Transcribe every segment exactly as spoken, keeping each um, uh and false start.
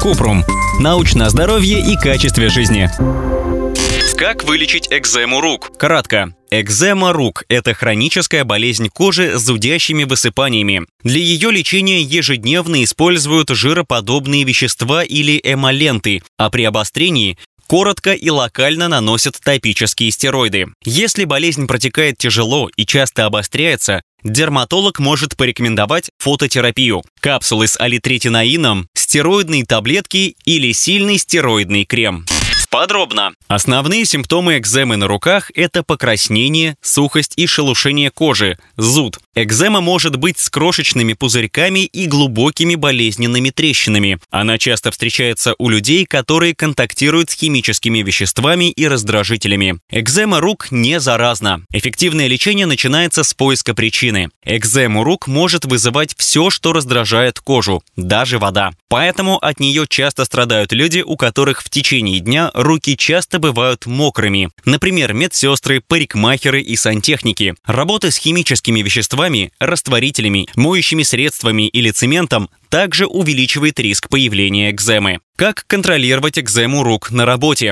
Купрум. Научное здоровье и качестве жизни. Как вылечить экзему рук? Кратко. Экзема рук – это хроническая болезнь кожи с зудящими высыпаниями. Для ее лечения ежедневно используют жироподобные вещества или эмоленты, а при обострении коротко и локально наносят топические стероиды. Если болезнь протекает тяжело и часто обостряется, дерматолог может порекомендовать фототерапию, капсулы с аллитретинаином, стероидные таблетки или сильный стероидный крем. Подробно. Основные симптомы экземы на руках – это покраснение, сухость и шелушение кожи, зуд. Экзема может быть с крошечными пузырьками и глубокими болезненными трещинами. Она часто встречается у людей, которые контактируют с химическими веществами и раздражителями. Экзема рук не заразна. Эффективное лечение начинается с поиска причины. Экзему рук может вызывать все, что раздражает кожу, даже вода. Поэтому от нее часто страдают люди, у которых в течение дня руки часто бывают мокрыми. Например, медсестры, парикмахеры и сантехники. Работа с химическими веществами, растворителями, моющими средствами или цементом также увеличивает риск появления экземы. Как контролировать экзему рук на работе?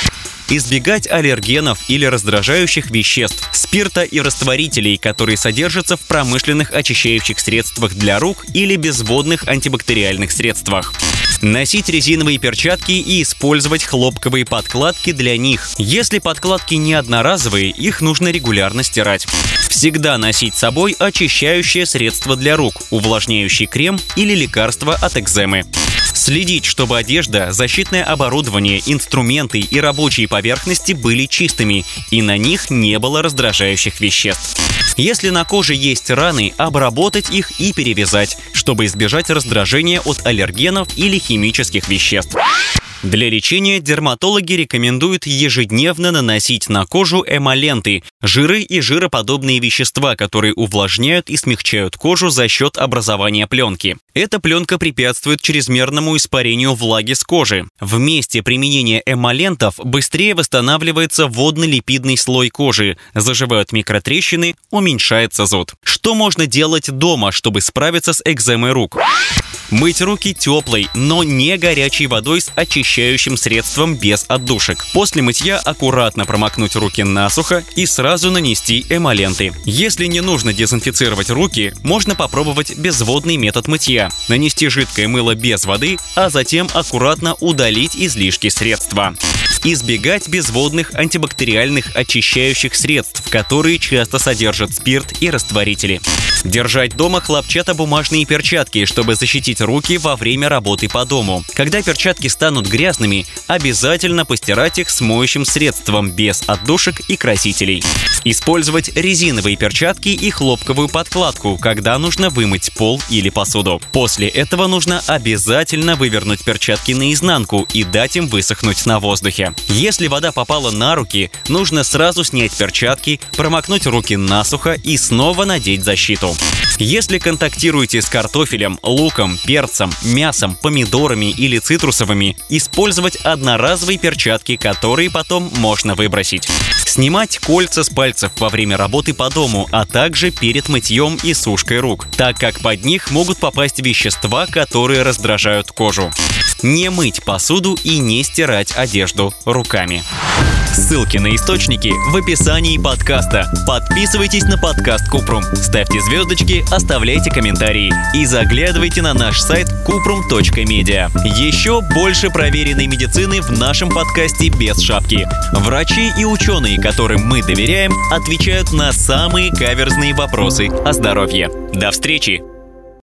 Избегать аллергенов или раздражающих веществ, спирта и растворителей, которые содержатся в промышленных очищающих средствах для рук или безводных антибактериальных средствах. Носить резиновые перчатки и использовать хлопковые подкладки для них. Если подкладки не одноразовые, их нужно регулярно стирать. Всегда носить с собой очищающее средство для рук, увлажняющий крем или лекарство от экземы. Следить, чтобы одежда, защитное оборудование, инструменты и рабочие поверхности были чистыми, и на них не было раздражающих веществ. Если на коже есть раны, обработать их и перевязать, чтобы избежать раздражения от аллергенов или химических веществ. Для лечения дерматологи рекомендуют ежедневно наносить на кожу эмоленты – жиры и жироподобные вещества, которые увлажняют и смягчают кожу за счет образования пленки. Эта пленка препятствует чрезмерному испарению влаги с кожи. В месте применения эмолентов быстрее восстанавливается водно-липидный слой кожи, заживают микротрещины, уменьшается зуд. Что можно делать дома, чтобы справиться с экземой рук? Мыть руки теплой, но не горячей водой с очищающим средством без отдушек. После мытья аккуратно промокнуть руки насухо и сразу нанести эмоленты. Если не нужно дезинфицировать руки, можно попробовать безводный метод мытья. Нанести жидкое мыло без воды, а затем аккуратно удалить излишки средства. Избегать безводных антибактериальных очищающих средств, которые часто содержат спирт и растворители. Держать дома хлопчатобумажные перчатки, чтобы защитить руки во время работы по дому. Когда перчатки станут грязными, обязательно постирать их с моющим средством без отдушек и красителей. Использовать резиновые перчатки и хлопковую подкладку, когда нужно вымыть пол или посуду. После этого нужно обязательно вывернуть перчатки наизнанку и дать им высохнуть на воздухе. Если вода попала на руки, нужно сразу снять перчатки, промокнуть руки насухо и снова надеть защиту. Если контактируете с картофелем, луком, перцем, мясом, помидорами или цитрусовыми, использовать одноразовые перчатки, которые потом можно выбросить. Снимать кольца с пальцев во время работы по дому, а также перед мытьем и сушкой рук, так как под них могут попасть вещества, которые раздражают кожу. Не мыть посуду и не стирать одежду руками. Ссылки на источники в описании подкаста. Подписывайтесь на подкаст Купрум, ставьте звездочки, оставляйте комментарии и заглядывайте на наш сайт купрум точка медиа. Еще больше проверенной медицины в нашем подкасте без шапки. Врачи и ученые, которым мы доверяем, отвечают на самые каверзные вопросы о здоровье. До встречи!